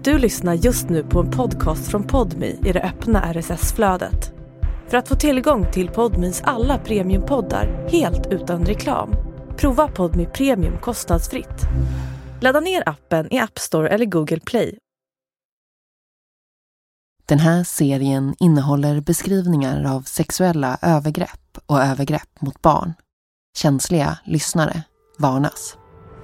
Du lyssnar just nu på en podcast från Podme i det öppna RSS-flödet. För att få tillgång till Podmes alla premiumpoddar helt utan reklam, prova Podme Premium kostnadsfritt. Ladda ner appen i App Store eller Google Play. Den här serien innehåller beskrivningar av sexuella övergrepp och övergrepp mot barn. Känsliga lyssnare varnas.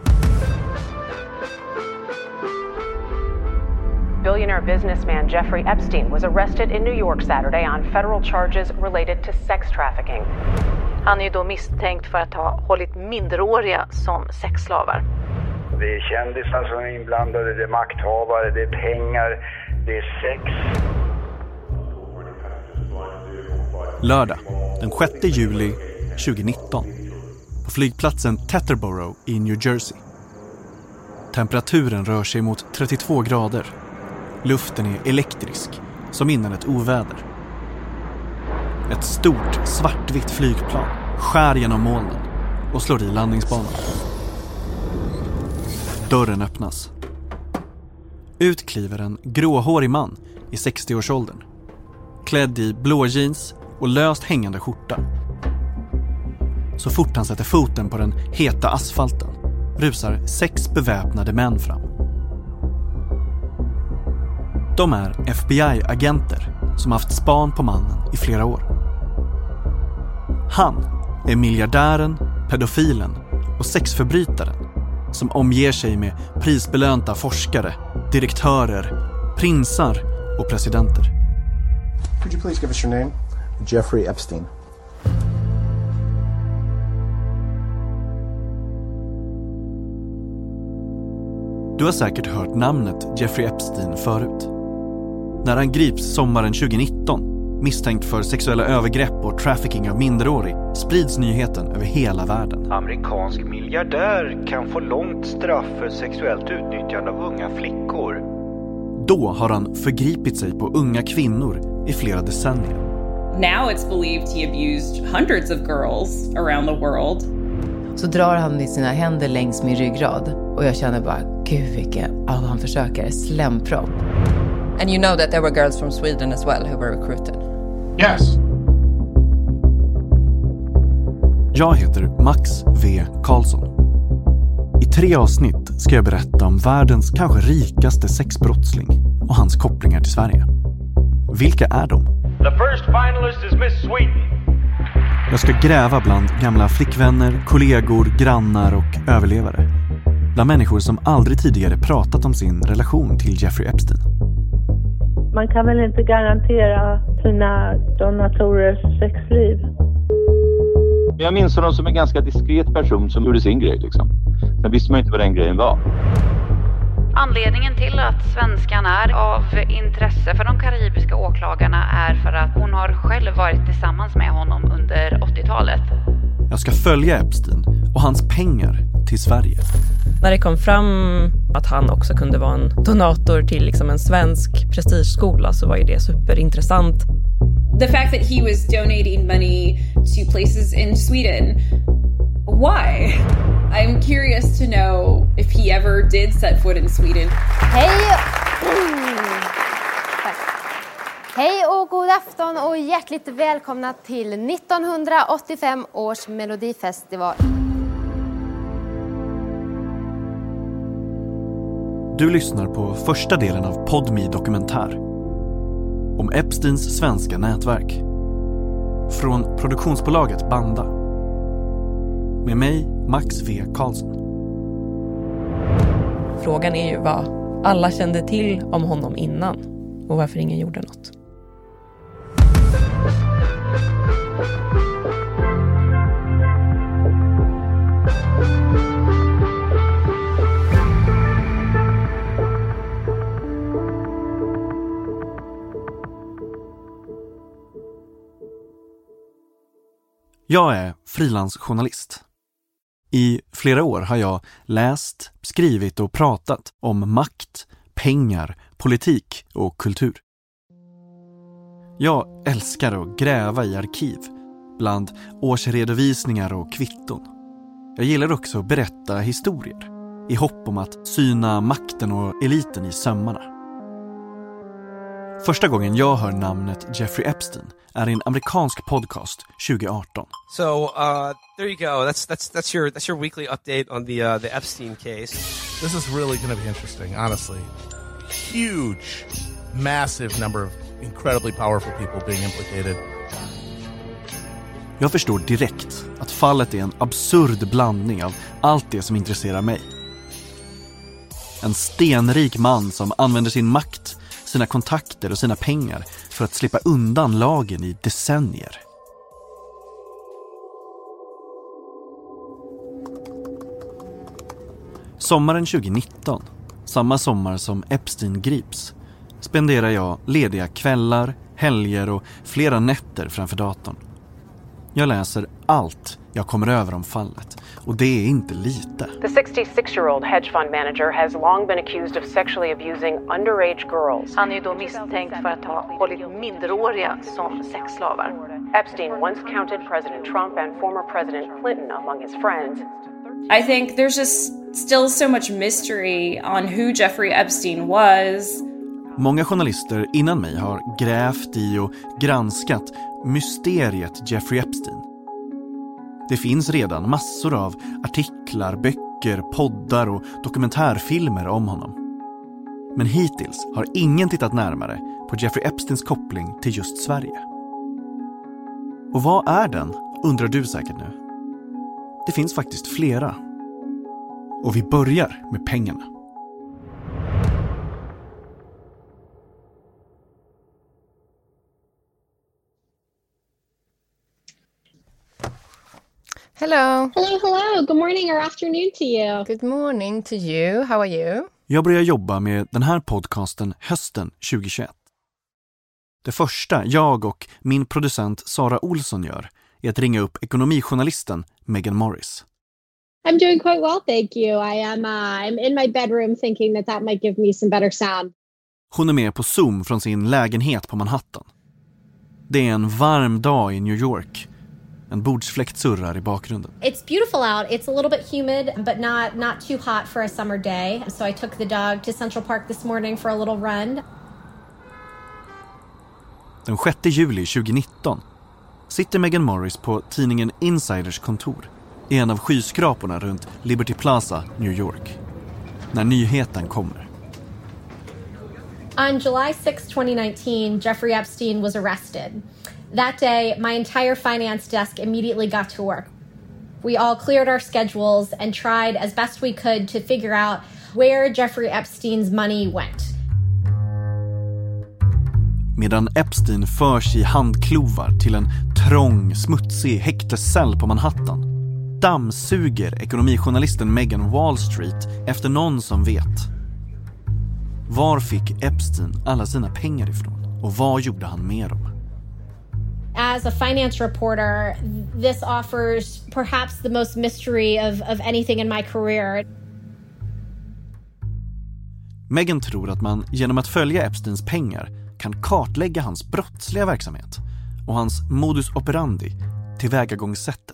Billionaire businessman Jeffrey Epstein was arrested in New York Saturday on federal charges related to sex trafficking. Han är ju då misstänkt för att ha hållit minderåriga som sexslavar. Det är kändisar som är inblandade, det är makthavare, det är pengar, det är sex. Lördag, den 6 juli 2019. På flygplatsen Teterboro i New Jersey. Temperaturen rör sig mot 32 grader. Luften är elektrisk, som innan ett oväder. Ett stort, svartvitt flygplan skär genom molnen och slår i landningsbanan. Dörren öppnas. Ut kliver en gråhårig man i 60-årsåldern. Klädd i blå jeans och löst hängande skjorta. Så fort han sätter foten på den heta asfalten rusar 6 beväpnade män fram. De är FBI-agenter som haft span på mannen i flera år. Han är miljardären, pedofilen och sexförbrytaren som omger sig med prisbelönta forskare, direktörer, prinsar och presidenter. Could you please give us your name? Jeffrey Epstein. Du har säkert hört namnet Jeffrey Epstein förut. När han grips sommaren 2019, misstänkt för sexuella övergrepp och trafficking av minderårig, sprids nyheten över hela världen. Amerikansk miljardär kan få långt straff för sexuellt utnyttjande av unga flickor. Då har han förgripit sig på unga kvinnor i flera decennier. Now it's believed he abused hundreds of girls around the world. Så drar han i sina händer längs min ryggrad och jag känner bara, gud vilken, han försöker, slämpropp. And you know that there were girls from Sweden as well who were recruited? Yes. Jag heter Max V. Karlsson. I 3 avsnitt ska jag berätta om världens kanske rikaste sexbrottsling och hans kopplingar till Sverige. Vilka är de? The first finalist is Miss Sweden. Jag ska gräva bland gamla flickvänner, kollegor, grannar och överlevare. Bland människor som aldrig tidigare pratat om sin relation till Jeffrey Epstein. Man kan väl inte garantera sina donatorers sexliv. Jag minns honom som en ganska diskret person som gjorde sin grej liksom. Sen visste man inte vad den grejen var. Anledningen till att svenskan är av intresse för de karibiska åklagarna är för att hon har själv varit tillsammans med honom under 80-talet. Jag ska följa Epstein och hans pengar till Sverige. När det kom fram att han också kunde vara en donator till liksom en svensk prestigeskola så var ju det superintressant. The fact that he was donating money to places in Sweden. Why? I'm curious to know if he ever did set foot in Sweden. Hej! Hej och god afton och hjärtligt välkomna till 1985 års Melodifestival. Du lyssnar på första delen av Podme dokumentär om Epsteins svenska nätverk. Från produktionsbolaget Banda. Med mig, Max V. Karlsson. Frågan är ju vad alla kände till om honom innan och varför ingen gjorde något. Jag är frilansjournalist. I flera år har jag läst, skrivit och pratat om makt, pengar, politik och kultur. Jag älskar att gräva i arkiv, bland årsredovisningar och kvitton. Jag gillar också att berätta historier, i hopp om att syna makten och eliten i sömmarna. Första gången jag hör namnet Jeffrey Epstein är i en amerikansk podcast 2018. So, there you go. That's your weekly update on the Epstein case. This is really going to be interesting, honestly. Huge, massive number of incredibly powerful people being implicated. Jag förstår direkt att fallet är en absurd blandning av allt det som intresserar mig. En stenrik man som använder sin makt, sina kontakter och sina pengar för att slippa undan lagen i decennier. Sommaren 2019, samma sommar som Epstein grips, spenderar jag lediga kvällar, helger och flera nätter framför datorn. Jag läser allt jag kommer över om fallet, och det är inte lite. The 66-year-old hedge fund manager has long been accused of sexually abusing underage girls. Han är ju då misstänkt för att ha hållit minderåriga som sexslavar. Epstein once counted President Trump and former President Clinton among his friends. I think there's just still so much mystery on who Jeffrey Epstein was. Många journalister innan mig har grävt i och granskat mysteriet Jeffrey Epstein. Det finns redan massor av artiklar, böcker, poddar och dokumentärfilmer om honom. Men hittills har ingen tittat närmare på Jeffrey Epsteins koppling till just Sverige. Och vad är den, undrar du säkert nu? Det finns faktiskt flera. Och vi börjar med pengarna. Hello. Hello. Good morning or afternoon to you. Good morning to you. How are you? Jag började jobba med den här podcasten hösten 2021. Det första jag och min producent Sara Olsson gör är att ringa upp ekonomijournalisten Megan Morris. I'm doing quite well, thank you. I'm in my bedroom thinking that might give me some better sound. Hon är med på Zoom från sin lägenhet på Manhattan. Det är en varm dag i New York. En bordsfläkt surrar i bakgrunden. It's beautiful out. It's a little bit humid, but not too hot for a summer day. So I took the dog to Central Park this morning for a little run. Den 6 juli 2019 sitter Megan Morris på tidningen Insiders kontor i en av skyskraporna runt Liberty Plaza, New York. När nyheten kommer. On July 6, 2019, Jeffrey Epstein was arrested. That day, my entire finance desk immediately got to work. We all cleared our schedules and tried as best we could to figure out where Jeffrey Epstein's money went. Medan Epstein förs i handklovar till en trång, smutsig häktescell på Manhattan, dammsuger ekonomijournalisten Megan Wall Street efter någon som vet. Var fick Epstein alla sina pengar ifrån? Och vad gjorde han med dem? As a finance reporter, this offers perhaps the most mystery of anything in my career. Megan tror att man genom att följa Epsteins pengar kan kartlägga hans brottsliga verksamhet och hans modus operandi, tillvägagångssättet.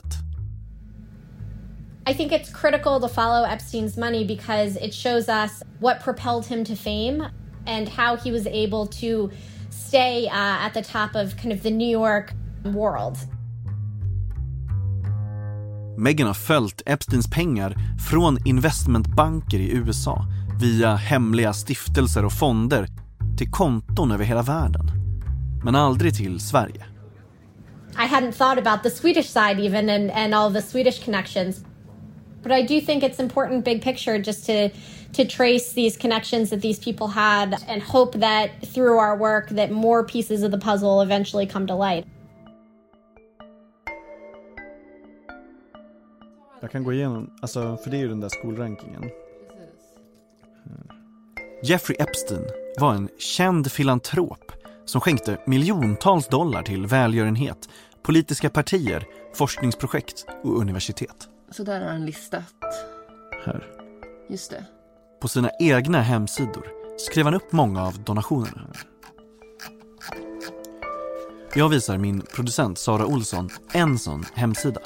I think it's critical to follow Epstein's money because it shows us what propelled him to fame and how he was able to stay at the top of kind of the New York world. Megan har följt Epsteins pengar från investmentbanker i USA via hemliga stiftelser och fonder till konton över hela världen, men aldrig till Sverige. I hadn't thought about the Swedish side even and all the Swedish connections. But I do think it's important big picture just to trace these connections that these people had and hope that through our work that more pieces of the puzzle eventually come to light. Jag kan gå igenom, för det är ju den där skolrankingen. Jeffrey Epstein var en känd filantrop som skänkte miljontals dollar till välgörenhet, politiska partier, forskningsprojekt och universitet. Så där har han listat. Här. Just det. På sina egna hemsidor skrev han upp många av donationerna. Jag visar min producent Sara Olsson en sån hemsida.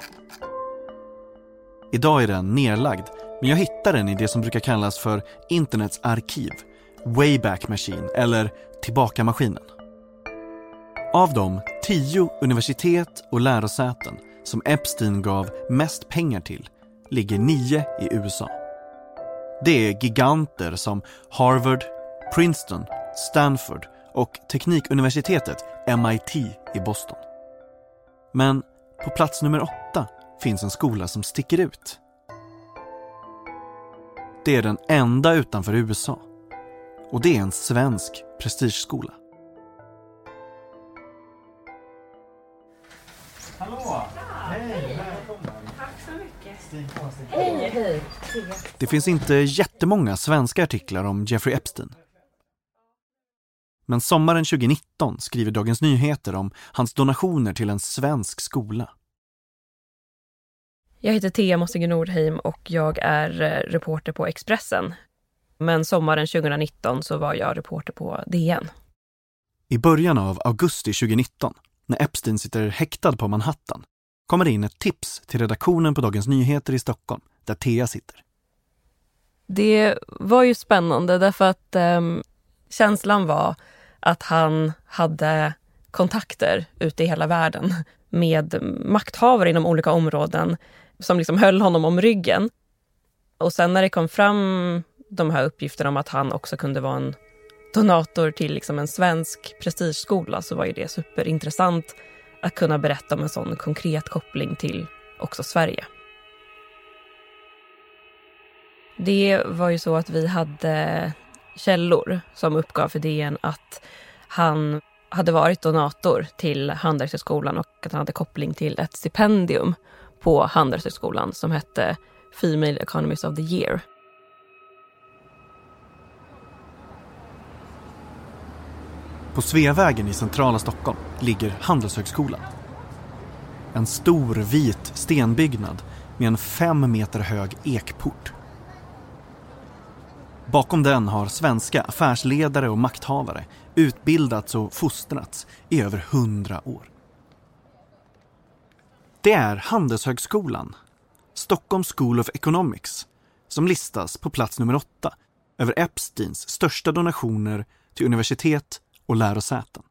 Idag är den nedlagd, men jag hittar den i det som brukar kallas för internets arkiv, Wayback Machine eller Tillbaka-maskinen. Av de 10 universitet och lärosäten som Epstein gav mest pengar till ligger 9 i USA. Det är giganter som Harvard, Princeton, Stanford och teknikuniversitetet MIT i Boston. Men på plats nummer 8 finns en skola som sticker ut. Det är den enda utanför USA. Och det är en svensk prestigeskola. Hallå! Hej, välkommen. Tack så mycket. Hej. Det finns inte jättemånga svenska artiklar om Jeffrey Epstein. Men sommaren 2019 skriver Dagens Nyheter om hans donationer till en svensk skola. Jag heter Thea Mossige Nordheim och jag är reporter på Expressen. Men sommaren 2019 så var jag reporter på DN. I början av augusti 2019, när Epstein sitter häktad på Manhattan, kommer det in ett tips till redaktionen på Dagens Nyheter i Stockholm, där Thea sitter. Det var ju spännande därför att känslan var att han hade kontakter ute i hela världen med makthavare inom olika områden som liksom höll honom om ryggen. Och sen när det kom fram de här uppgifterna om att han också kunde vara en donator till liksom en svensk prestigeskola, så var ju det superintressant att kunna berätta om en sån konkret koppling till också Sverige. Det var ju så att vi hade källor som uppgav för DN att han hade varit donator till Handelshögskolan och att han hade koppling till ett stipendium på Handelshögskolan som hette Female Economist of the Year. På Sveavägen i centrala Stockholm ligger Handelshögskolan. En stor vit stenbyggnad med en 5 meter hög ekport. Bakom den har svenska affärsledare och makthavare utbildats och fostrats i över 100 år. Det är Handelshögskolan, Stockholm School of Economics, som listas på plats nummer 8 över Epsteins största donationer till universitet och lärosäten.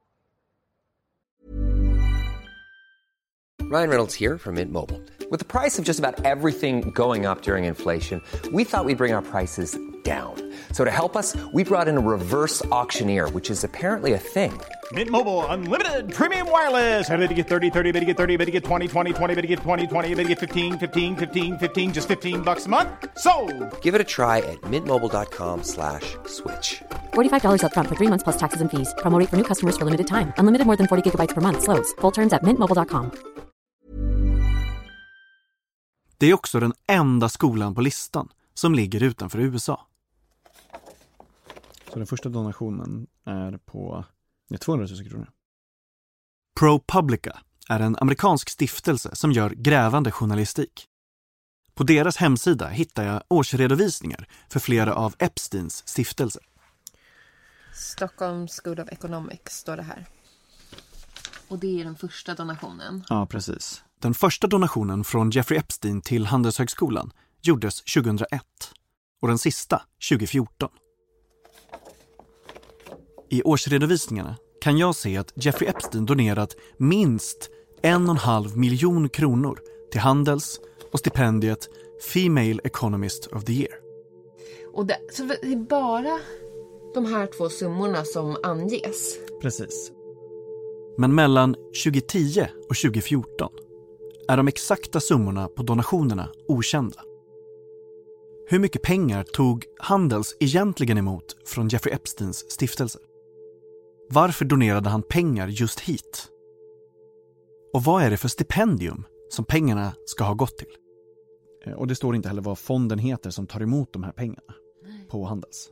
Ryan Reynolds here from Mint Mobile. With the price of just about everything going up during inflation, we thought we'd bring our prices down. So to help us, we brought in a reverse auctioneer, which is apparently a thing. Mint Mobile Unlimited Premium Wireless. How to get 30, 30, bit to get 30, bit to get 20, 20, 20, bit to get 20, 20, bit to get 15, 15, 15, 15, just $15 a month? Sold! Give it a try at mintmobile.com/switch. $45 up front for 3 months plus taxes and fees. Promo rate for new customers for limited time. Unlimited more than 40 gigabytes per month slows. Full terms at mintmobile.com. Det är också den enda skolan på listan som ligger utanför USA. Så den första donationen är på 200 000 kronor. ProPublica är en amerikansk stiftelse som gör grävande journalistik. På deras hemsida hittar jag årsredovisningar för flera av Epsteins stiftelser. Stockholm School of Economics står det här. Och det är den första donationen. Ja, precis. Den första donationen från Jeffrey Epstein till Handelshögskolan gjordes 2001 och den sista 2014. I årsredovisningarna kan jag se att Jeffrey Epstein donerat minst 1,5 miljon kronor till Handels och stipendiet Female Economist of the Year. Och så det är bara de här 2 summorna som anges. Precis. Men mellan 2010 och 2014 är de exakta summorna på donationerna okända. Hur mycket pengar tog Handels egentligen emot från Jeffrey Epsteins stiftelse? Varför donerade han pengar just hit? Och vad är det för stipendium som pengarna ska ha gått till? Och det står inte heller vad fonden heter som tar emot de här pengarna på Handels.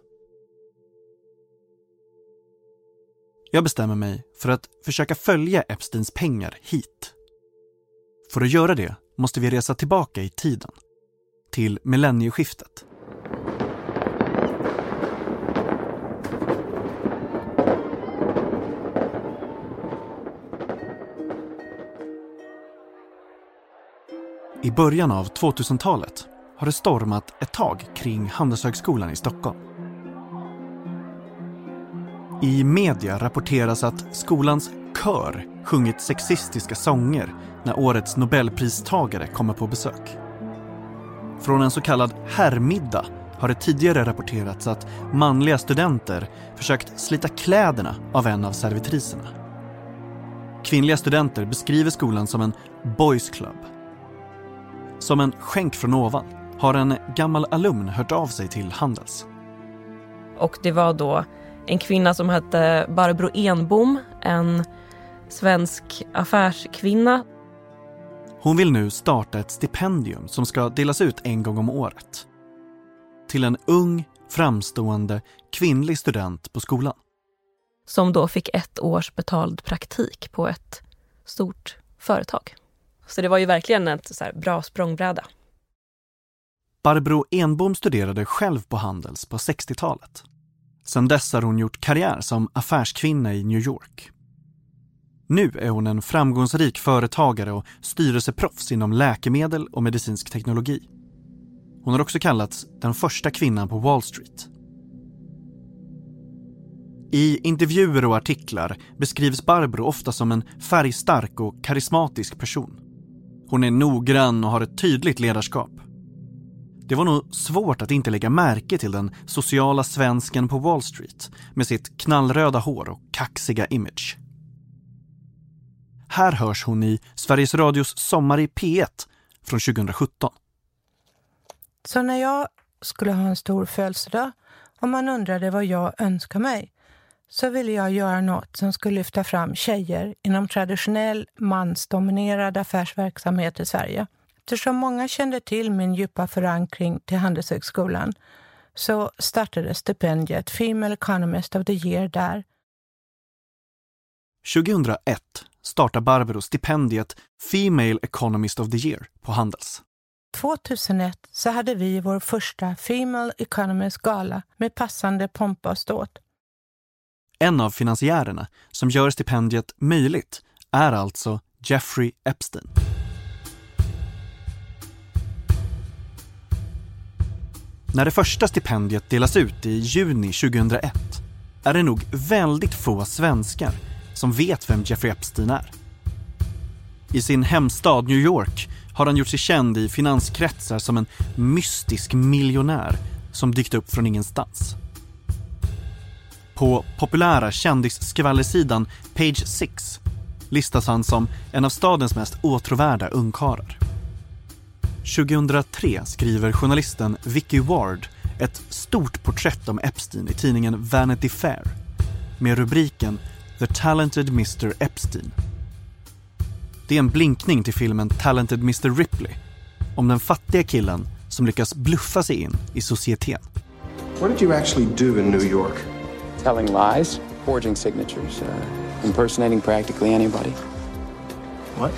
Jag bestämmer mig för att försöka följa Epsteins pengar hit. För att göra det måste vi resa tillbaka i tiden, till millennieskiftet. I början av 2000-talet har det stormat ett tag kring Handelshögskolan i Stockholm. I media rapporteras att skolans kör sjungit sexistiska sånger när årets Nobelpristagare kommer på besök. Från en så kallad herrmiddag har det tidigare rapporterats att manliga studenter försökt slita kläderna av en av servitriserna. Kvinnliga studenter beskriver skolan som en boys club. Som en skänk från ovan har en gammal alumn hört av sig till Handels. Och det var då en kvinna som hette Barbro Enbom, en svensk affärskvinna. Hon vill nu starta ett stipendium som ska delas ut en gång om året. Till en ung, framstående, kvinnlig student på skolan. Som då fick 1 års betald praktik på ett stort företag. Så det var ju verkligen ett så här bra språngbräda. Barbro Enbom studerade själv på Handels på 60-talet. Sedan dess har hon gjort karriär som affärskvinna i New York. Nu är hon en framgångsrik företagare och styrelseproffs inom läkemedel och medicinsk teknologi. Hon har också kallats den första kvinnan på Wall Street. I intervjuer och artiklar beskrivs Barbro ofta som en färgstark och karismatisk person. Hon är noggrann och har ett tydligt ledarskap. Det var nog svårt att inte lägga märke till den sociala svensken på Wall Street med sitt knallröda hår och kaxiga image. Här hörs hon i Sveriges Radios Sommar i P1 från 2017. Så när jag skulle ha en stor födelsedag och man undrade vad jag önskar mig, så ville jag göra något som skulle lyfta fram tjejer inom traditionell mansdominerad affärsverksamhet i Sverige. Eftersom många kände till min djupa förankring till Handelshögskolan så startade stipendiet Female Economist of the Year där. 2001 startade Barbro stipendiet Female Economist of the Year på Handels. 2001 så hade vi vår första Female Economist gala med passande pompa och ståt. En av finansiärerna som gör stipendiet möjligt är alltså Jeffrey Epstein. När det första stipendiet delas ut i juni 2001 är det nog väldigt få svenskar som vet vem Jeffrey Epstein är. I sin hemstad New York har han gjort sig känd i finanskretsar som en mystisk miljonär som dykt upp från ingenstans. På populära kändisskvallersidan Page 6 listas han som en av stadens mest åtråvärda ungkarlar. 2003 skriver journalisten Vicky Ward ett stort porträtt om Epstein i tidningen Vanity Fair med rubriken The Talented Mr. Epstein. Det är en blinkning till filmen Talented Mr. Ripley om den fattiga killen som lyckas bluffa sig in i societeten. What did you actually do in New York? Telling lies, forging signatures, impersonating practically anybody. What?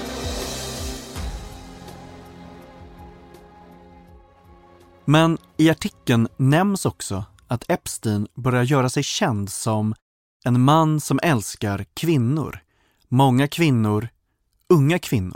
Men i artikeln nämns också att Epstein börjar göra sig känd som en man som älskar kvinnor. Många kvinnor, unga kvinnor.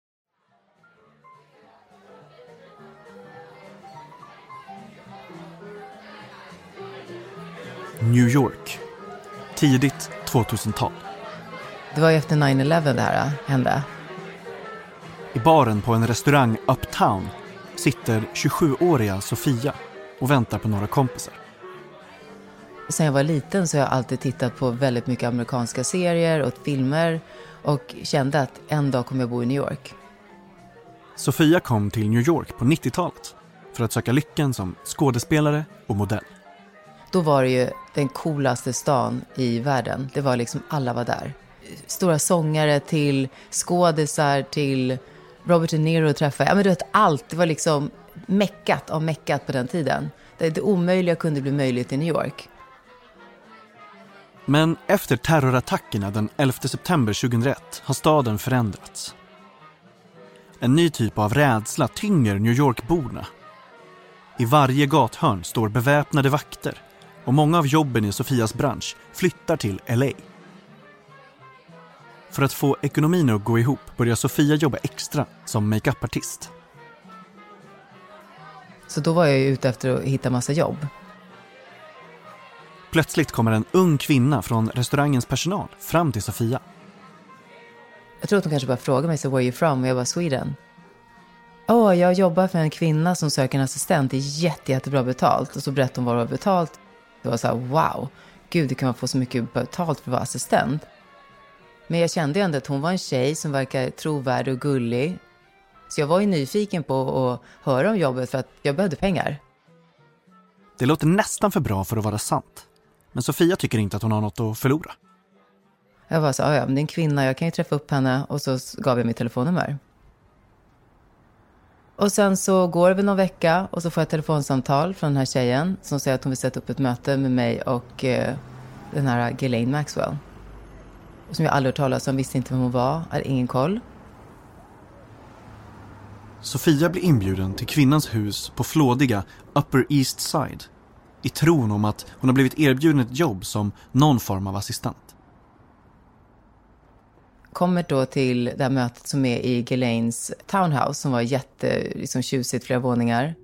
New York. Tidigt 2000-tal. Det var efter 9/11 det här hände. I baren på en restaurang Uptown sitter 27-åriga Sofia och väntar på några kompisar. Sen jag var liten så har jag alltid tittat på väldigt mycket amerikanska serier och filmer och kände att en dag kommer jag bo i New York. Sofia kom till New York på 90-talet för att söka lyckan som skådespelare och modell. Då var det ju den coolaste stan i världen. Det var liksom, alla var där. Stora sångare till skådisar till Robert De Niro träffade. Ja, men du vet, allt. Det var liksom meckat av meckat på den tiden. Det omöjliga kunde bli möjligt i New York. Men efter terrorattackerna den 11 september 2001 har staden förändrats. En ny typ av rädsla tynger New York-borna. I varje gathörn står beväpnade vakter och många av jobben i Sofias bransch flyttar till LA. För att få ekonomin att gå ihop börjar Sofia jobba extra som make-up-artist. Så då var jag ute efter att hitta massa jobb. Plötsligt kommer en ung kvinna från restaurangens personal fram till Sofia. Jag tror att hon kanske bara frågade mig, så where are you from? Och jag var Sweden. Jag jobbar för en kvinna som söker en assistent. Det är jättebra betalt. Och så berättade hon vad det var betalt. Det var så här, wow. Gud, det kan man få så mycket betalt för att vara assistent. Men jag kände ändå att hon var en tjej som verkar trovärdig och gullig. Så jag var ju nyfiken på att höra om jobbet för att jag behövde pengar. Det låter nästan för bra för att vara sant. Men Sofia tycker inte att hon har något att förlora. Jag var så, men det är en kvinna, jag kan ju träffa upp henne. Och så gav jag mitt telefonnummer. Och sen så går det väl någon vecka och så får jag ett telefonsamtal från den här tjejen som säger att hon vill sätta upp ett möte med mig och den här Ghislaine Maxwell. Och som jag aldrig hört talas om, visste inte vem hon var, hade ingen koll. Sofia blir inbjuden till kvinnans hus på flådiga Upper East Side i tron om att hon har blivit erbjuden ett jobb som någon form av assistent. Kommer då till det här mötet som är i Ghislaines townhouse som var tjusigt, flera våningar.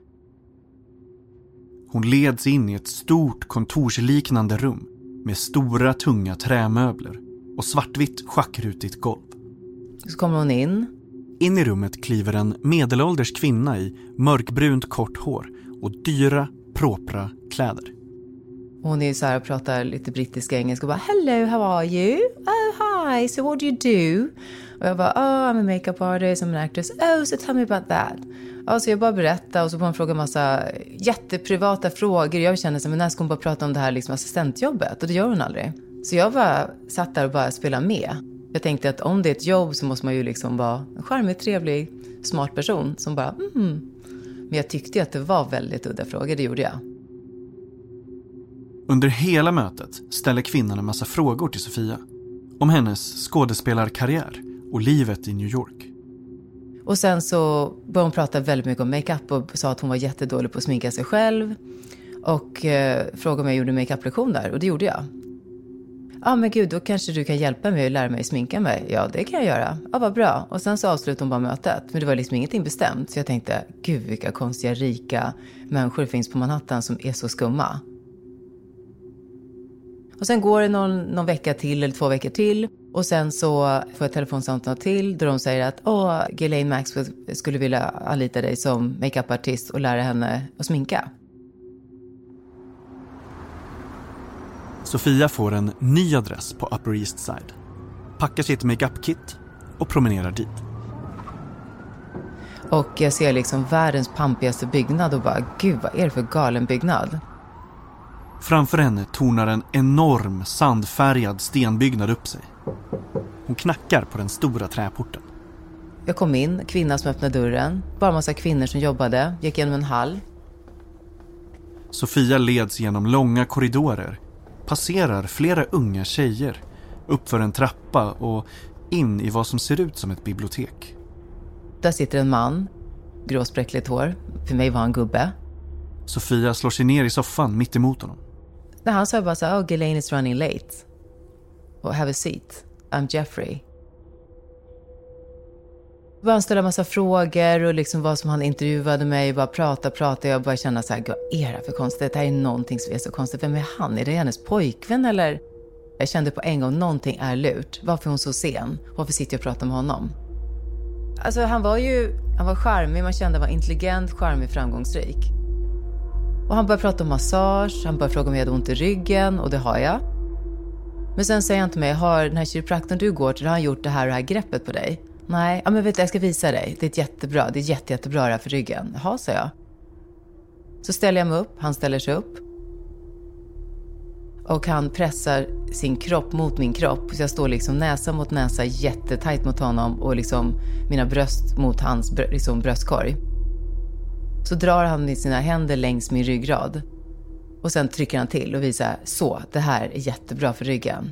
Hon leds in i ett stort kontorsliknande rum med stora tunga trämöbler och svartvitt schackrutigt golv. Så kommer hon in. In i rummet kliver en medelålders kvinna i mörkbrunt kort hår och dyra, propra kläder. Hon är så här och pratar lite brittisk engelska och bara hello, how are you? Oh, hi, so what do you do? Och jag bara, I'm a makeup artist, I'm an actress. Oh, so tell me about that. Så jag bara berättar och så får hon fråga massa jätteprivata frågor. Jag känner så, men när ska hon bara prata om det här liksom assistentjobbet? Och det gör hon aldrig. Så jag bara satt där och bara spelade med. Jag tänkte att om det är ett jobb så måste man ju liksom vara en charmig, trevlig, smart person som bara, Men jag tyckte att det var väldigt udda frågor, det gjorde jag. Under hela mötet ställer kvinnan en massa frågor till Sofia om hennes skådespelarkarriär och livet i New York. Och sen så började hon prata väldigt mycket om makeup och sa att hon var jättedålig på att sminka sig själv. Och frågade om jag gjorde makeup-lektioner och det gjorde jag. Men gud, då kanske du kan hjälpa mig och lära mig sminka mig. Ja, det kan jag göra. Vad bra. Och sen så avslutade hon bara mötet. Men det var liksom ingenting bestämt. Så jag tänkte, gud vilka konstiga, rika människor finns på Manhattan som är så skumma. Och sen går det någon vecka till eller 2 veckor till. Och sen så får jag telefonsamtal till där de säger att Ghislaine Maxwell skulle vilja anlita dig som makeup-artist och lära henne att sminka. Sofia får en ny adress på Upper East Side, packar sitt makeup-kit och promenerar dit. Och jag ser liksom världens pampigaste byggnad och bara, gud vad är det för galen byggnad? Framför henne tornar en enorm sandfärgad stenbyggnad upp sig. Hon knackar på den stora träporten. Jag kom in, kvinna som öppnade dörren. Bara massa kvinnor som jobbade, gick genom en hall. Sofia leds genom långa korridorer, passerar flera unga tjejer, upp för en trappa och in i vad som ser ut som ett bibliotek. Där sitter en man, gråspräckligt hår. För mig var han gubbe. Sofia slår sig ner i soffan mitt emot honom. När han sa bara så Ghislaine is running late. Och have a seat. I'm Jeffrey. Bara ställa massa frågor och liksom vad som han intervjuade mig. Bara prata. Jag bara känna så här, vad är det för konstigt? Det här är någonting som är så konstigt. Vem är han? Är det hennes pojkvän eller? Jag kände på en gång, någonting är lurt. Varför är hon så sen? Varför sitter jag och pratar med honom? Alltså han var charmig. Man kände att han var intelligent, charmig, framgångsrik. Och han började prata om massage. Han började fråga om jag hade ont i ryggen. Och det har jag. Men sen säger han till mig, har den här kiropraktorn du går till, har han gjort det här greppet på dig? Nej, men vet du, jag ska visa dig. Det är jättebra det här för ryggen. Jaha, sa jag. Så ställer jag mig upp, han ställer sig upp. Och han pressar sin kropp mot min kropp. Så jag står liksom näsa mot näsa jättetajt mot honom. Och liksom mina bröst mot hans liksom bröstkorg. Så drar han i sina händer längs min ryggrad. Och sen trycker han till och visar, så, det här är jättebra för ryggen.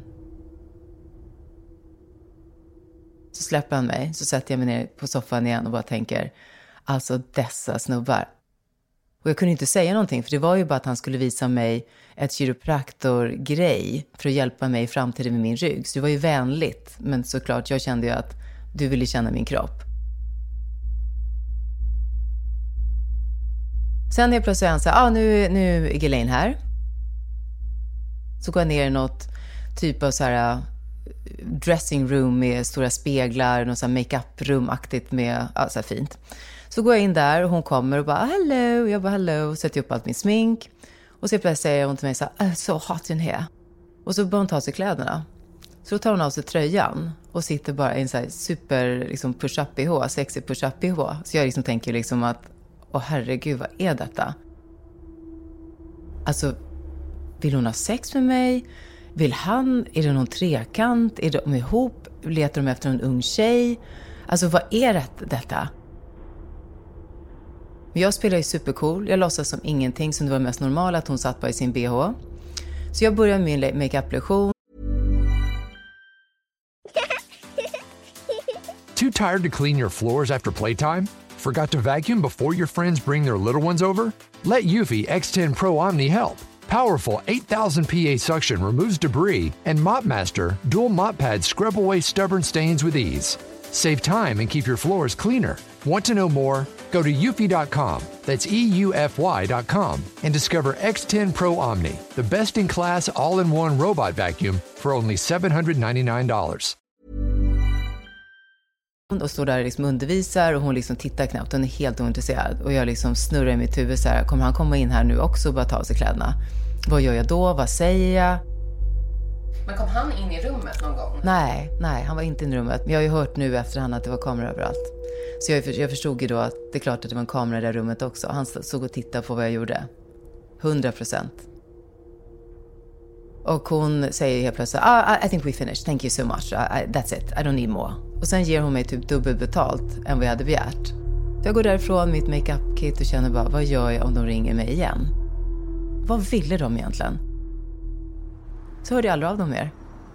Så släpper han mig, så sätter jag mig ner på soffan igen och bara tänker, alltså dessa snubbar. Och jag kunde inte säga någonting, för det var ju bara att han skulle visa mig ett kiropraktorgrej för att hjälpa mig i framtiden med min rygg. Så det var ju vänligt, men såklart jag kände ju att du ville känna min kropp. Sen är plötsligt han så här, nu är Ghislaine här. Så går jag ner i något typ av så här dressing room med stora speglar, något så här make-up-rumaktigt med, ja, så här fint. Så går jag in där och hon kommer och bara hello, jag bara hello, sätter upp allt min smink. Och så plötsligt säger hon till mig så här, so hot in here. Och så börjar hon ta sig kläderna. Så då tar hon av sig tröjan och sitter bara i en så här super liksom push-up BH, sexy push-up BH. Så jag liksom tänker liksom att, åh herregud, vad är detta? Alltså, vill hon ha sex med mig? Vill han? Är det någon trekant? Är de ihop? Letar de efter en ung tjej? Alltså, vad är detta? Men jag spelar ju supercool. Jag låtsas som ingenting, som det var mest normalt att hon satt bara i sin BH. Så jag börjar med min make-up-lektion. Too tired to clean your floors after playtime? Forgot to vacuum before your friends bring their little ones over? Let Eufy X10 Pro Omni help. Powerful 8,000 PA suction removes debris, and MopMaster dual mop pads scrub away stubborn stains with ease. Save time and keep your floors cleaner. Want to know more? Go to eufy.com, that's EUFY.com, and discover X10 Pro Omni, the best-in-class all-in-one robot vacuum for only $799. Och står där och liksom undervisar och hon liksom tittar knappt, hon är helt ointresserad. Och jag liksom snurrar i mitt huvud så här, kommer han komma in här nu också och bara ta av sig kläderna? Vad gör jag då? Vad säger jag? Men kom han in i rummet någon gång? Nej, han var inte i rummet. Men jag har ju hört nu efterhand att det var kameror överallt. Så jag förstod ju då att det är klart att det var en kamera i det rummet också. Han såg och tittade på vad jag gjorde. 100%. Och hon säger helt plötsligt, I think we finished, thank you so much, that's it, I don't need more. Och sen ger hon mig typ dubbelbetalt än vad jag hade begärt. Så jag går därifrån mitt make-up-kit och känner bara, vad gör jag om de ringer mig igen? Vad ville de egentligen? Så hörde jag aldrig av dem mer.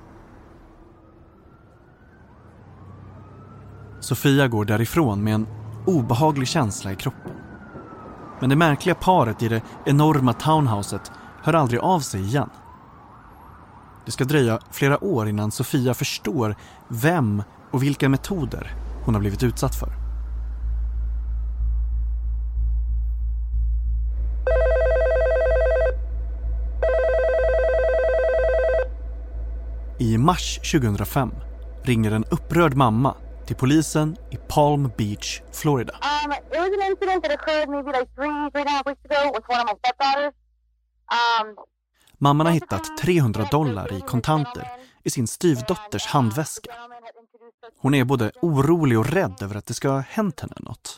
Sofia går därifrån med en obehaglig känsla i kroppen. Men det märkliga paret i det enorma townhouset hör aldrig av sig igen. Det ska dröja flera år innan Sofia förstår vem och vilka metoder hon har blivit utsatt för. I mars 2005 ringer en upprörd mamma till polisen i Palm Beach, Florida. It was an incident that occurred maybe like 3.5 weeks ago with one of my stepdaughters. Mamman har hittat $300 i kontanter i sin styvdotters handväska. Hon är både orolig och rädd över att det ska ha hänt henne något.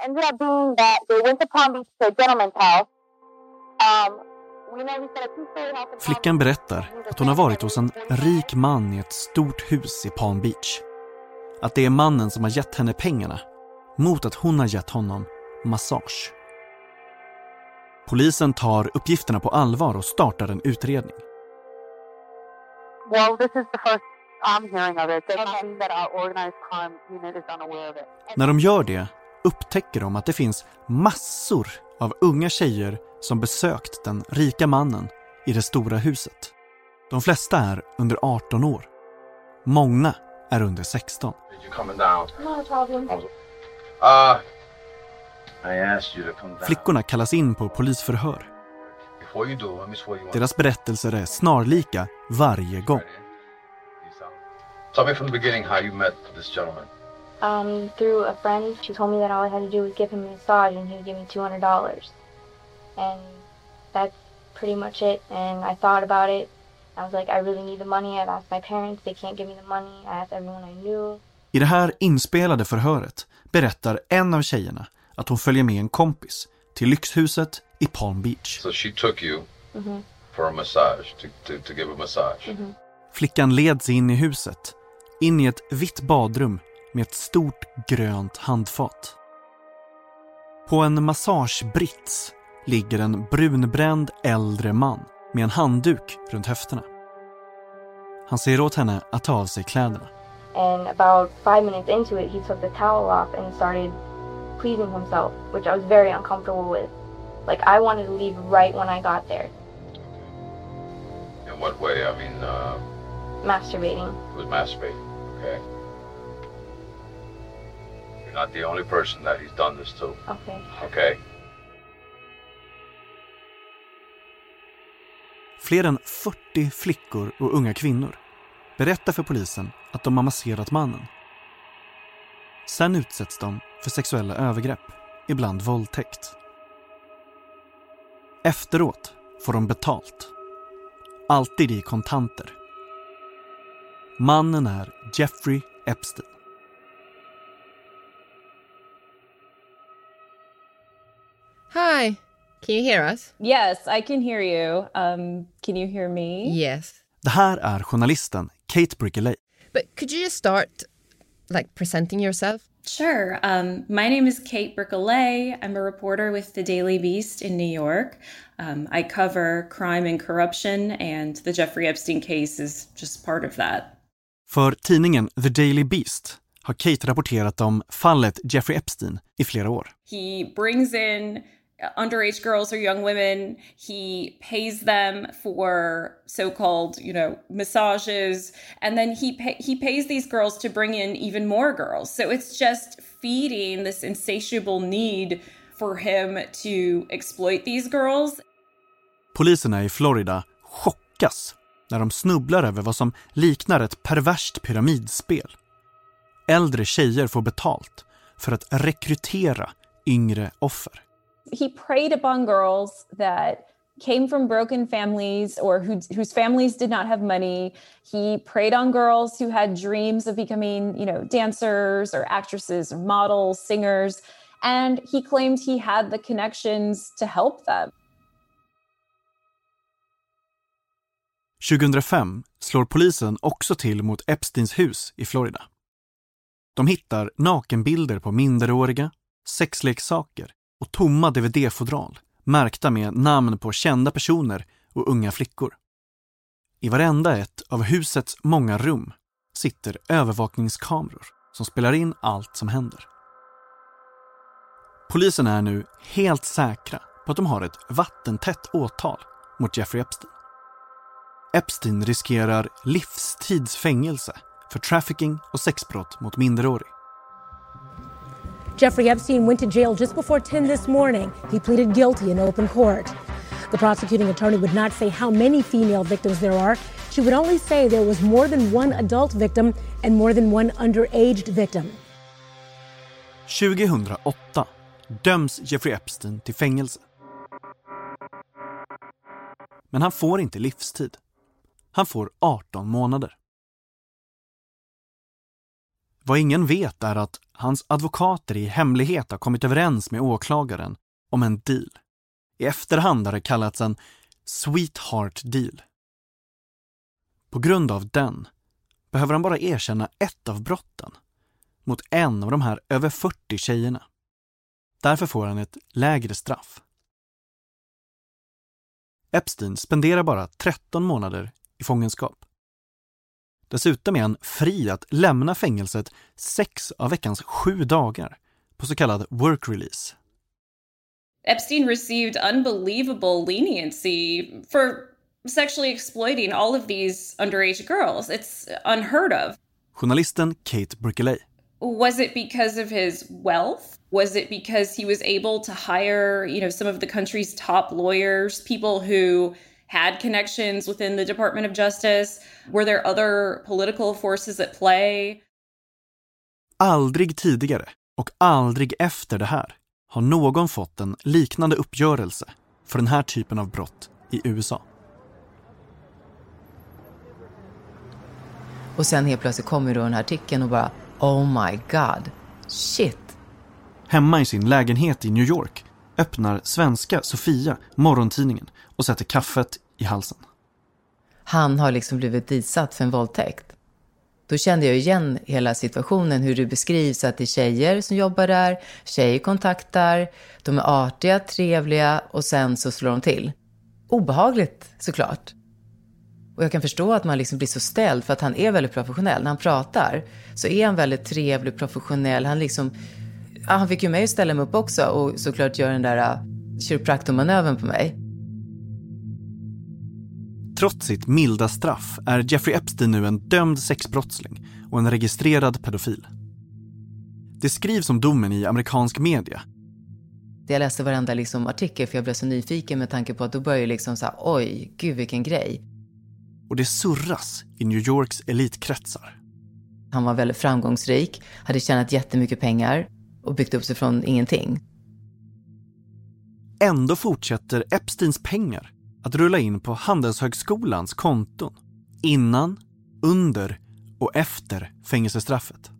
Flickan berättar att hon har varit hos en rik man i ett stort hus i Palm Beach. Att det är mannen som har gett henne pengarna mot att hon har gett honom massage. Polisen tar uppgifterna på allvar och startar en utredning. Well, this is the first I'm hearing of it. That means that our organized crime unit is unaware of it. När de gör det upptäcker de att det finns massor av unga tjejer som besökt den rika mannen i det stora huset. De flesta är under 18 år. Många är under 16. Flickorna kallas in på polisförhör. Deras berättelser är snarlika varje gång. Tell me from the beginning how you met this gentleman. Through a friend. She told me that all I had to do was give him a massage and he would give me $200. And that's pretty much it. And I thought about it. I was like, I really need the money. I've asked my parents. They can't give me the money. I asked everyone I knew. I det här inspelade förhöret berättar en av tjejerna att hon följer med en kompis till lyxhuset i Palm Beach. So she took you for a massage, to give a massage. Flickan leds in i huset, in i ett vitt badrum med ett stort grönt handfat. På en massagebrits ligger en brunbränd äldre man med en handduk runt höfterna. Han säger åt henne att ta av sig kläderna. And about 5 minutes into it, he took the towel off and started pleasing himself, which I was very uncomfortable with. Like, I wanted to leave right when I got there. In what way? I mean, Masturbating. It was masturbating, okay. You're not the only person that he's done this to. Okay. Okay. Fler än 40 flickor och unga kvinnor berättar för polisen att de har masserat mannen. Sen utsätts de för sexuella övergrepp, ibland våldtäkt. Efteråt får de betalt. Alltid i kontanter. Mannen är Jeffrey Epstein. Hi, can you hear us? Yes, I can hear you. Can you hear me? Yes. Det här är journalisten Kate Brickley. But could you just start presenting yourself? Sure. My name is Kate Brickley. I'm a reporter with the Daily Beast in New York. I cover crime and corruption, and the Jeffrey Epstein case is just part of that. För tidningen The Daily Beast har Kate rapporterat om fallet Jeffrey Epstein i flera år. He brings in underage girls or young women. He pays them for so-called, massages. And then he pays these girls to bring in even more girls. So it's just feeding this insatiable need for him to exploit these girls. Poliserna i Florida chockas när de snubblar över vad som liknar ett perverst pyramidspel. Äldre tjejer får betalt för att rekrytera yngre offer. He preyed upon girls that came from broken families or whose families did not have money. He preyed on girls who had dreams of becoming, dancers or actresses or models, singers. And he claimed he had the connections to help them. 2005 slår polisen också till mot Epsteins hus i Florida. De hittar nakenbilder på minderåriga, sexleksaker och tomma DVD-fodral märkta med namn på kända personer och unga flickor. I varenda ett av husets många rum sitter övervakningskameror som spelar in allt som händer. Polisen är nu helt säkra på att de har ett vattentätt åtal mot Jeffrey Epstein. Epstein riskerar livstidsfängelse för trafficking och sexbrott mot minderårig. Jeffrey Epstein went to jail just before 10 this morning. He pleaded guilty in open court. The prosecuting attorney would not say how many female victims there are. She would only say there was more than one adult victim and more than one underaged victim. 2008 döms Jeffrey Epstein till fängelse. Men han får inte livstid. Han får 18 månader. Vad ingen vet är att hans advokater i hemlighet har kommit överens med åklagaren om en deal. I efterhand har det kallats en sweetheart deal. På grund av den behöver han bara erkänna ett av brotten mot en av de här över 40 tjejerna. Därför får han ett lägre straff. Epstein spenderar bara 13 månader i fångenskap. Dessutom är han fri att lämna fängelset 6 av veckans 7 dagar på så kallad work release. Epstein received unbelievable leniency for sexually exploiting all of these underage girls. It's unheard of. Journalisten Kate Brickley. Was it because of his wealth? Was it because he was able to hire, some of the country's top lawyers, people who had connections within the Department of Justice? Were there other political forces at play? Aldrig tidigare och aldrig efter det här har någon fått en liknande uppgörelse för den här typen av brott i USA. Och sen helt plötsligt kommer då den här artikeln och bara, oh my god, shit. Hemma i sin lägenhet i New York öppnar svenska Sofia morgontidningen och sätter kaffet i halsen. Han har liksom blivit ditsatt för en våldtäkt. Då kände jag igen hela situationen, hur det beskrivs att det är tjejer som jobbar där, tjejer kontaktar, de är artiga, trevliga och sen så slår de till. Obehagligt såklart. Och jag kan förstå att man liksom blir så ställd för att han är väldigt professionell. När han pratar så är han väldigt trevlig, professionell. Han fick ju mig att ställa mig upp också och såklart göra den där kiropraktormanövern på mig. Trots sitt milda straff är Jeffrey Epstein nu en dömd sexbrottsling och en registrerad pedofil. Det skrivs om domen i amerikansk media. Jag läste varenda liksom artikel för jag blev så nyfiken med tanke på att då började liksom så här, oj, gud vilken grej. Och det surras i New Yorks elitkretsar. Han var väldigt framgångsrik, hade tjänat jättemycket pengar och byggt upp sig från ingenting. Ändå fortsätter Epsteins pengar att rulla in på Handelshögskolans konton innan, under och efter fängelsestraffet.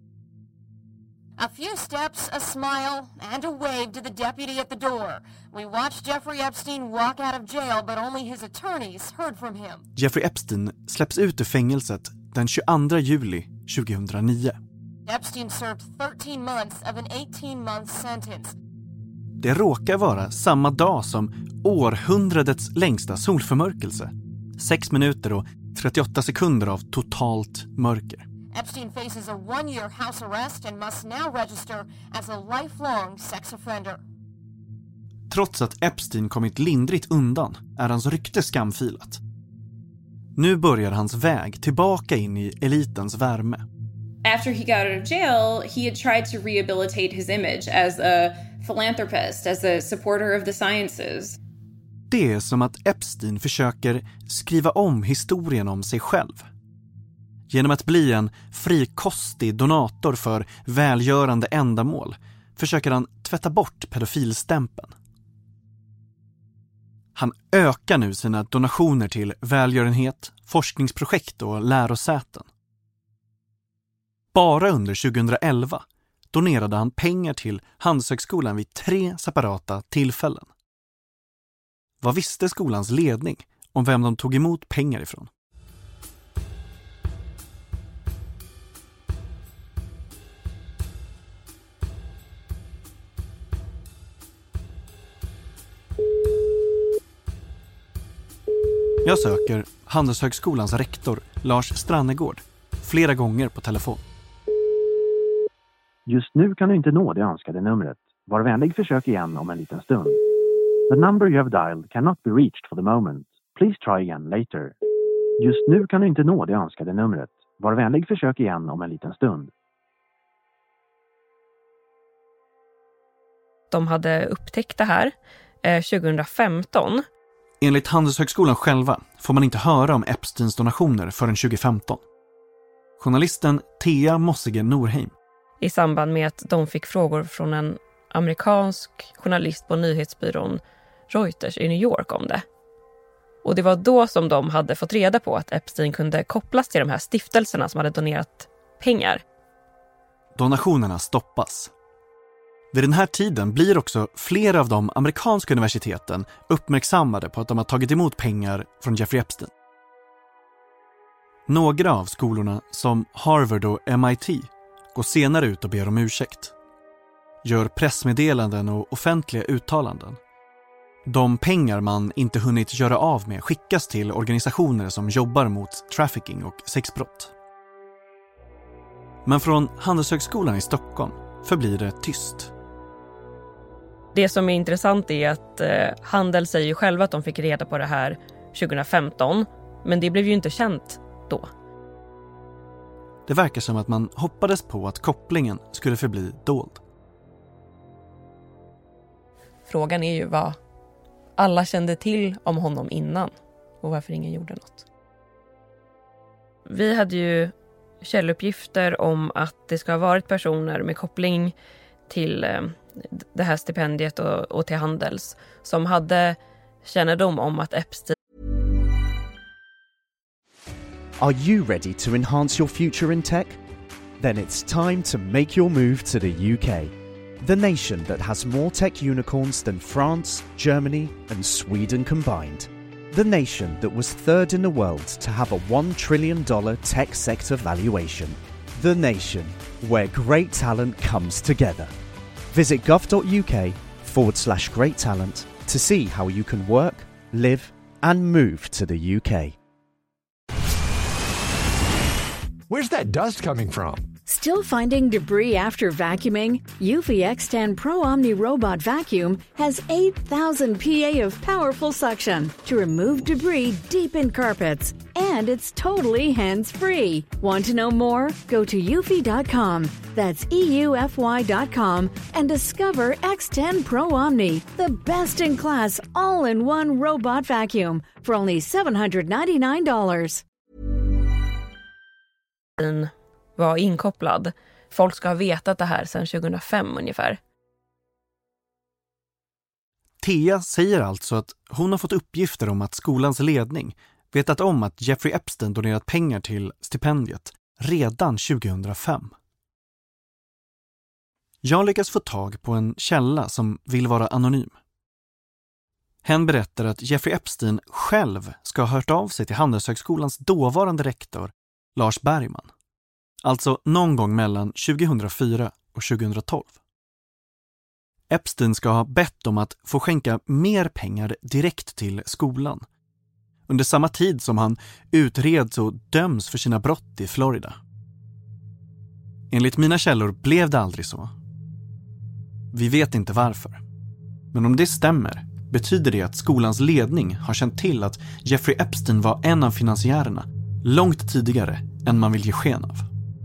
A few steps, a smile, and a wave to the deputy at the door. We watched Jeffrey Epstein walk out of jail, but only his attorneys heard from him. Jeffrey Epstein släpps ut ur fängelset den 22 juli 2009. Epstein served 13 months of an 18-month sentence. Det råkar vara samma dag som århundradets längsta solförmörkelse. 6 minuter och 38 sekunder av totalt mörker. Epstein faces a 1-year house arrest and must now register as a lifelong sex offender. Trots att Epstein kommit lindrigt undan är hans rykte skamfilat. Nu börjar hans väg tillbaka in i elitens värme. After he got out of jail, he had tried to rehabilitate his image as a philanthropist, as a supporter of the sciences. Det är som att Epstein försöker skriva om historien om sig själv. Genom att bli en frikostig donator för välgörande ändamål försöker han tvätta bort pedofilstämpeln. Han ökar nu sina donationer till välgörenhet, forskningsprojekt och lärosäten. Bara under 2011 donerade han pengar till Handelshögskolan vid 3 separata tillfällen. Vad visste skolans ledning om vem de tog emot pengar ifrån? Jag söker Handelshögskolans rektor Lars Strannegård flera gånger på telefon. Just nu kan du inte nå det önskade numret. Var vänlig försök igen om en liten stund. The number you have dialed cannot be reached for the moment. Please try again later. Just nu kan du inte nå det önskade numret. Var vänlig försök igen om en liten stund. De hade upptäckt det här 2015. Enligt Handelshögskolan själva får man inte höra om Epsteins donationer förrän 2015. Journalisten Thea Mossige Norheim. I samband med att de fick frågor från en amerikansk journalist på nyhetsbyrån Reuters i New York om det. Och det var då som de hade fått reda på att Epstein kunde kopplas till de här stiftelserna som hade donerat pengar. Donationerna stoppas. Vid den här tiden blir också flera av de amerikanska universiteten uppmärksammade på att de har tagit emot pengar från Jeffrey Epstein. Några av skolorna, som Harvard och MIT, går senare ut och ber om ursäkt. Gör pressmeddelanden och offentliga uttalanden. De pengar man inte hunnit göra av med skickas till organisationer som jobbar mot trafficking och sexbrott. Men från Handelshögskolan i Stockholm förblir det tyst. Det som är intressant är att Handel säger ju själva att de fick reda på det här 2015, men det blev ju inte känt då. Det verkar som att man hoppades på att kopplingen skulle förbli dold. Frågan är ju vad alla kände till om honom innan och varför ingen gjorde något. Vi hade ju källuppgifter om att det ska ha varit personer med koppling till det här stipendiet och till Handels som hade kännedom om att Epstein. Are you ready to enhance your future in tech? Then it's time to make your move to the UK. The nation that has more tech unicorns than France, Germany and Sweden combined. The nation that was third in the world to have a $1 trillion tech sector valuation. The nation where great talent comes together. Visit gov.uk/great talent to see how you can work, live and move to the UK. Where's that dust coming from? Still finding debris after vacuuming? Eufy X10 Pro Omni Robot Vacuum has 8,000 PA of powerful suction to remove debris deep in carpets. And it's totally hands-free. Want to know more? Go to eufy.com. That's EUFY.com and discover X10 Pro Omni, the best-in-class all-in-one robot vacuum for only $799. Var inkopplad. Folk ska ha vetat det här sedan 2005 ungefär. Thea säger alltså att hon har fått uppgifter om att skolans ledning vetat om att Jeffrey Epstein donerat pengar till stipendiet redan 2005. Jag lyckas få tag på en källa som vill vara anonym. Hen berättar att Jeffrey Epstein själv ska ha hört av sig till Handelshögskolans dåvarande rektor Lars Bergman. Alltså någon gång mellan 2004 och 2012. Epstein ska ha bett om att få skänka mer pengar direkt till skolan. Under samma tid som han utreds och döms för sina brott i Florida. Enligt mina källor blev det aldrig så. Vi vet inte varför. Men om det stämmer betyder det att skolans ledning har känt till att Jeffrey Epstein var en av finansiärerna långt tidigare än man vill ge sken av.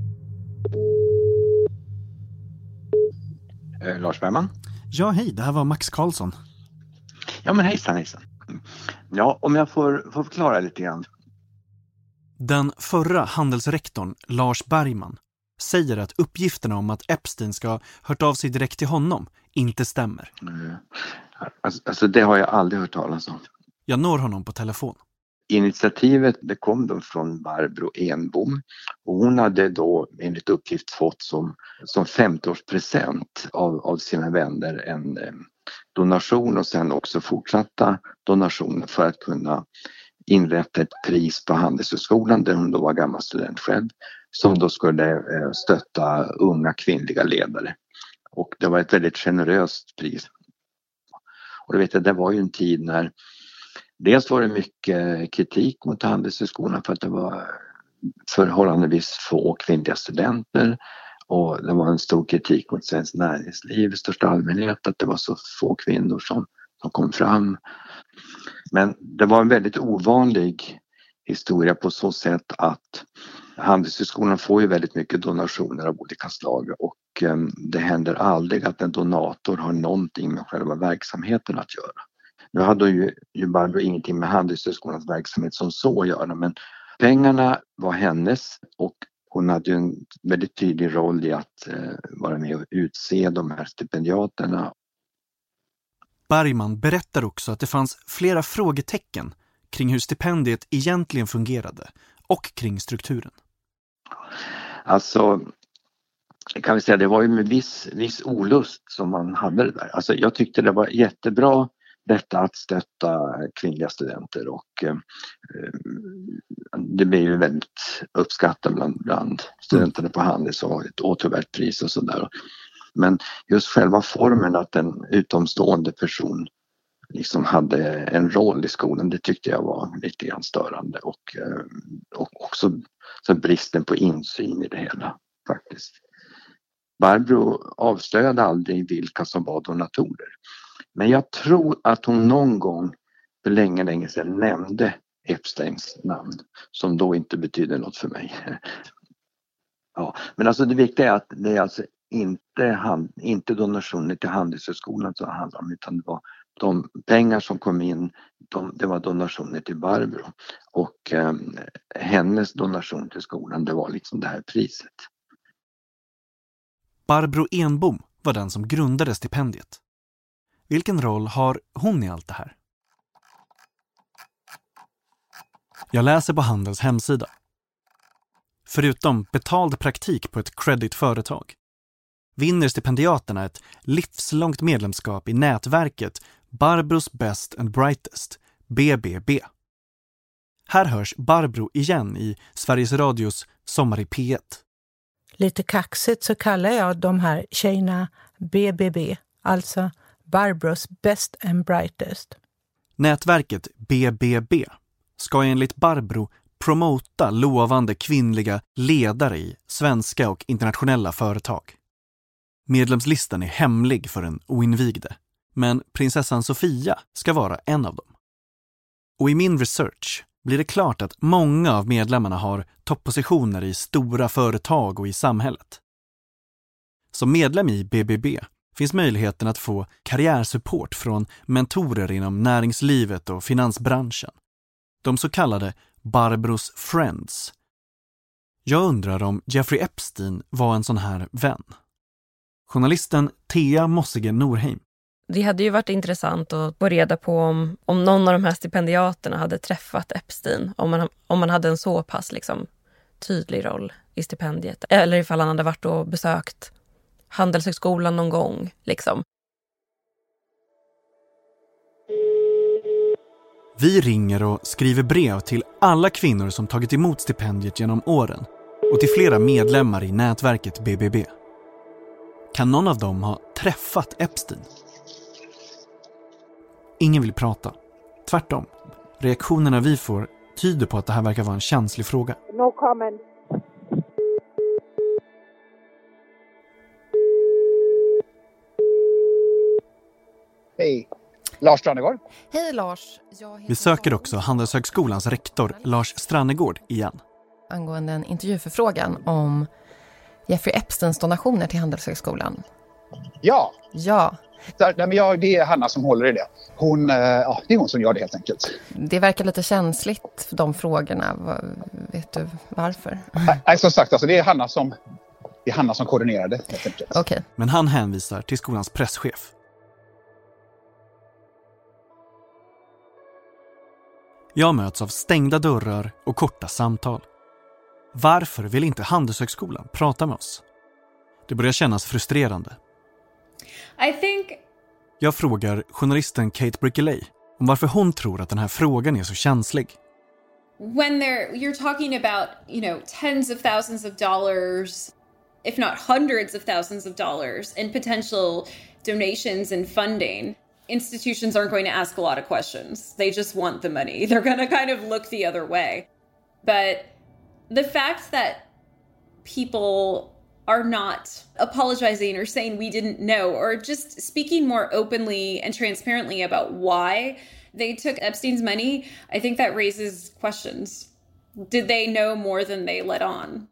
Lars Bergman? Ja, hej, det här var Max Karlsson. Ja, men hejsan. Ja, om jag får förklara lite grann. Den förra handelsrektorn, Lars Bergman, säger att uppgifterna om att Epstein ska ha hört av sig direkt till honom inte stämmer. Alltså det har jag aldrig hört talas om. Jag når honom på telefon. Initiativet det kom då från Barbro Enbom och hon hade då enligt uppgift fått som 50-årspresent av sina vänner en donation och sen också fortsatta donationer för att kunna inrätta ett pris på Handelshögskolan där hon då var gammal student själv som då skulle stötta unga kvinnliga ledare. Och det var ett väldigt generöst pris. Och det vet jag, det var ju en tid när dels var det mycket kritik mot Handelshögskolan för att det var förhållandevis få kvinnliga studenter och det var en stor kritik mot svenskt näringsliv i största allmänhet att det var så få kvinnor som kom fram. Men det var en väldigt ovanlig historia på så sätt att Handelshögskolan får ju väldigt mycket donationer av olika slag och det händer aldrig att en donator har någonting med själva verksamheten att göra. Nu hade ju Barbro ingenting med Handelshögskolans verksamhet som så att göra, men pengarna var hennes och hon hade ju en väldigt tydlig roll i att vara med och utse de här stipendiaterna. Bergman berättar också att det fanns flera frågetecken kring hur stipendiet egentligen fungerade och kring strukturen. Alltså, kan vi säga, det var ju med viss olust som man hade det där. Alltså, jag tyckte det var jättebra detta att stötta kvinnliga studenter och det blev ju väldigt uppskattat bland studenterna på Handels och ett återvärt pris och sådär. Men just själva formen att en utomstående person liksom hade en roll i skolan, det tyckte jag var lite grann störande och också så bristen på insyn i det hela faktiskt. Barbro avslöjade aldrig vilka som var donatorer. Men jag tror att hon någon gång för länge sedan nämnde Epsteins namn som då inte betyder något för mig. Ja, men alltså det viktiga är att det är alltså inte donationer till Handelshögskolan som det handlar om, utan det var de pengar som kom in, det var donationer till Barbro och hennes donation till skolan, det var liksom det här priset. Barbro Enbom var den som grundade stipendiet. Vilken roll har hon i allt det här? Jag läser på Handels hemsida. Förutom betald praktik på ett credit-företag vinner stipendiaterna ett livslångt medlemskap i nätverket Barbros Best and Brightest, BBB. Här hörs Barbro igen i Sveriges Radios Sommar i P1. Lite kaxigt så kallar jag de här tjejerna BBB, alltså Barbros Best and Brightest. Nätverket BBB ska enligt Barbro promota lovande kvinnliga ledare i svenska och internationella företag. Medlemslistan är hemlig för en oinvigde, men prinsessan Sofia ska vara en av dem. Och i min research blir det klart att många av medlemmarna har toppositioner i stora företag och i samhället. Som medlem i BBB finns möjligheten att få karriärsupport från mentorer inom näringslivet och finansbranschen. De så kallade Barbros Friends. Jag undrar om Jeffrey Epstein var en sån här vän. Journalisten Thea Mossige Norheim. Det hade ju varit intressant att få reda på om någon av de här stipendiaterna hade träffat Epstein. Om man hade en så pass tydlig roll i stipendiet. Eller ifall han hade varit och besökt Handelshögskolan någon gång. Vi ringer och skriver brev till alla kvinnor som tagit emot stipendiet genom åren och till flera medlemmar i nätverket BBB. Kan någon av dem ha träffat Epstein? Ingen vill prata. Tvärtom. Reaktionerna vi får tyder på att det här verkar vara en känslig fråga. No comment. Hej, Lars Strannegård. Hej Lars. Vi söker också Handelshögskolans rektor Lars Strannegård igen. Angående en intervjuförfrågan om Jeffrey Epsteins donationer till Handelshögskolan. Ja. Det är Hanna som håller i det. Det är hon som gör det helt enkelt. Det verkar lite känsligt för de frågorna. Vet du varför? Nej, som sagt, det är Hanna som koordinerar det helt enkelt. Okay. Men han hänvisar till skolans presschef. Jag möts av stängda dörrar och korta samtal. Varför vill inte Handelshögskolan prata med oss? Det börjar kännas frustrerande. Jag frågar journalisten Kate Brickley om varför hon tror att den här frågan är så känslig. When you're talking about, tens of thousands of dollars, if not hundreds of thousands of dollars in potential donations and funding, institutions aren't going to ask a lot of questions. They just want the money. They're going to kind of look the other way. But the fact that people are not apologizing or saying we didn't know, or just speaking more openly and transparently about why they took Epstein's money, I think that raises questions. Did they know more than they let on?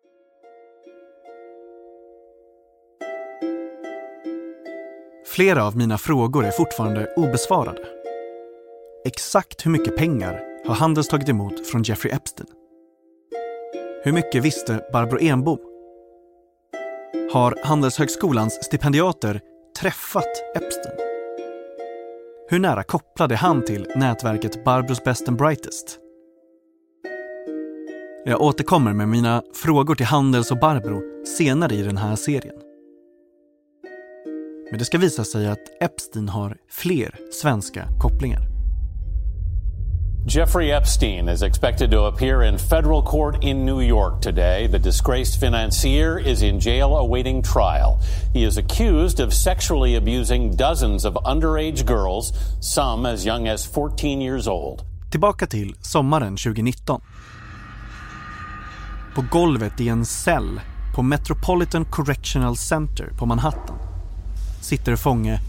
Flera av mina frågor är fortfarande obesvarade. Exakt hur mycket pengar har Handels tagit emot från Jeffrey Epstein? Hur mycket visste Barbro Enbom? Har Handelshögskolans stipendiater träffat Epstein? Hur nära kopplade han till nätverket Barbros Best and Brightest? Jag återkommer med mina frågor till Handels och Barbro senare i den här serien. Men det ska visa sig att Epstein har fler svenska kopplingar. Jeffrey Epstein is expected to appear in federal court in New York today. The disgraced financier is in jail awaiting trial. He is accused of sexually abusing dozens of underage girls, some as young as 14 years old. Tillbaka till sommaren 2019. På golvet i en cell på Metropolitan Correctional Center på Manhattan sitter fånge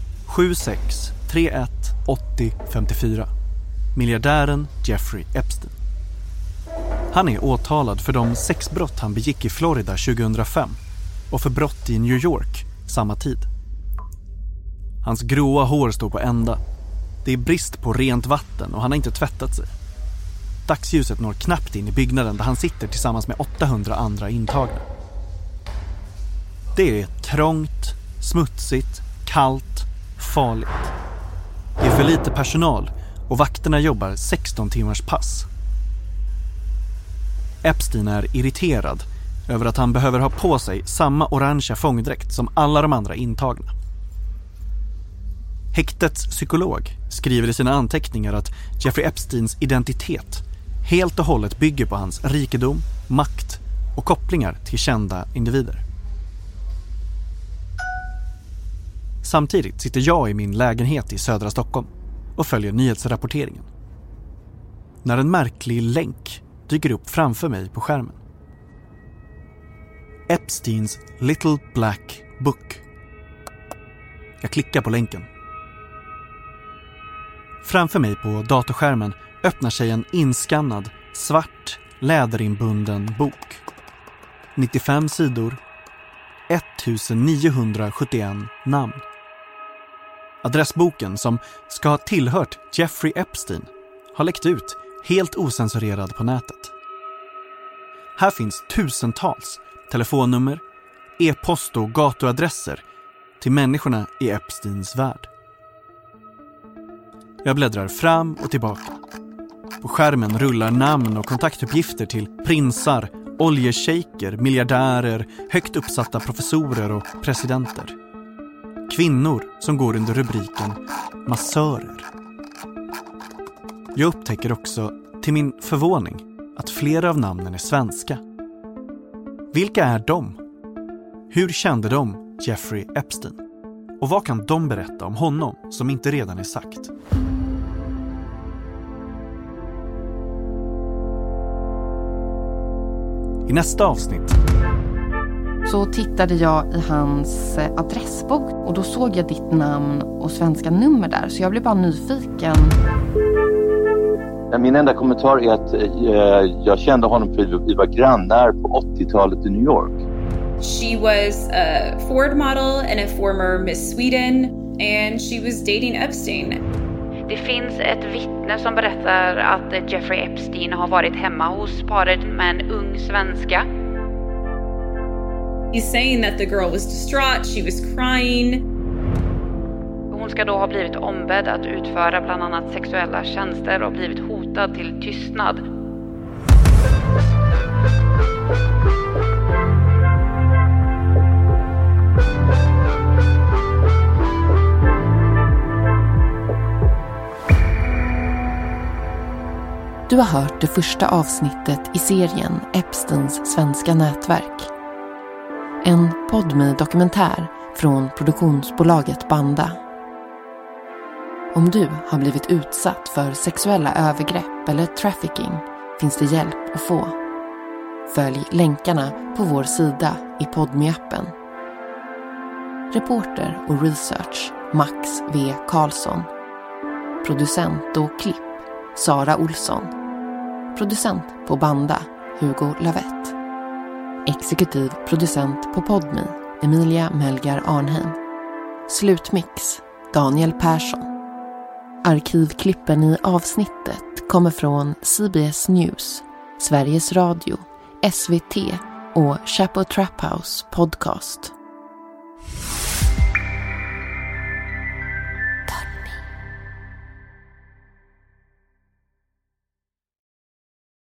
76318054. Miljardären Jeffrey Epstein. Han är åtalad för de sexbrott han begick i Florida 2005 och för brott i New York samma tid. Hans gråa hår står på ända. Det är brist på rent vatten och han har inte tvättat sig. Dagsljuset når knappt in i byggnaden där han sitter tillsammans med 800 andra intagna. Det är trångt, smutsigt, kallt, farligt. Det är för lite personal och vakterna jobbar 16 timmars pass. Epstein är irriterad över att han behöver ha på sig samma orangea fångdräkt som alla de andra intagna. Häktets psykolog skriver i sina anteckningar att Jeffrey Epsteins identitet helt och hållet bygger på hans rikedom, makt och kopplingar till kända individer. Samtidigt sitter jag i min lägenhet i södra Stockholm och följer nyhetsrapporteringen. När en märklig länk dyker upp framför mig på skärmen. Epsteins Little Black Book. Jag klickar på länken. Framför mig på datorskärmen öppnar sig en inskannad, svart, läderinbunden bok. 95 sidor, 1971 namn. Adressboken, som ska ha tillhört Jeffrey Epstein, har läckt ut helt osensurerad på nätet. Här finns tusentals telefonnummer, e-post och gatuadresser till människorna i Epsteins värld. Jag bläddrar fram och tillbaka. På skärmen rullar namn och kontaktuppgifter till prinsar, oljeshejker, miljardärer, högt uppsatta professorer och presidenter. Kvinnor som går under rubriken massörer. Jag upptäcker också, till min förvåning, att flera av namnen är svenska. Vilka är de? Hur kände de Jeffrey Epstein? Och vad kan de berätta om honom som inte redan är sagt? I nästa avsnitt så tittade jag i hans adressbok och då såg jag ditt namn och svenska nummer där. Så jag blev bara nyfiken. Min enda kommentar är att jag kände honom för vi var grannar på 80-talet i New York. She was a Ford model and a former Miss Sweden, and she was dating Epstein. Det finns ett vittne som berättar att Jeffrey Epstein har varit hemma hos paret med en ung svenska. He's saying that the girl was distraught, she was crying. Hon ska då ha blivit ombedd att utföra bland annat sexuella tjänster och blivit hotad till tystnad. Du har hört det första avsnittet i serien Epsteins svenska nätverk. En Podme-dokumentär från produktionsbolaget Banda. Om du har blivit utsatt för sexuella övergrepp eller trafficking finns det hjälp att få. Följ länkarna på vår sida i Podme-appen. Reporter och research Max V. Karlsson. Producent och klipp Sara Olsson. Producent på Banda Hugo Lavett. Exekutiv producent på Podme Emilia Melgar Arnheim. Slutmix Daniel Persson. Arkivklippen i avsnittet kommer från CBS News, Sveriges Radio, SVT och Chapo Trap House podcast.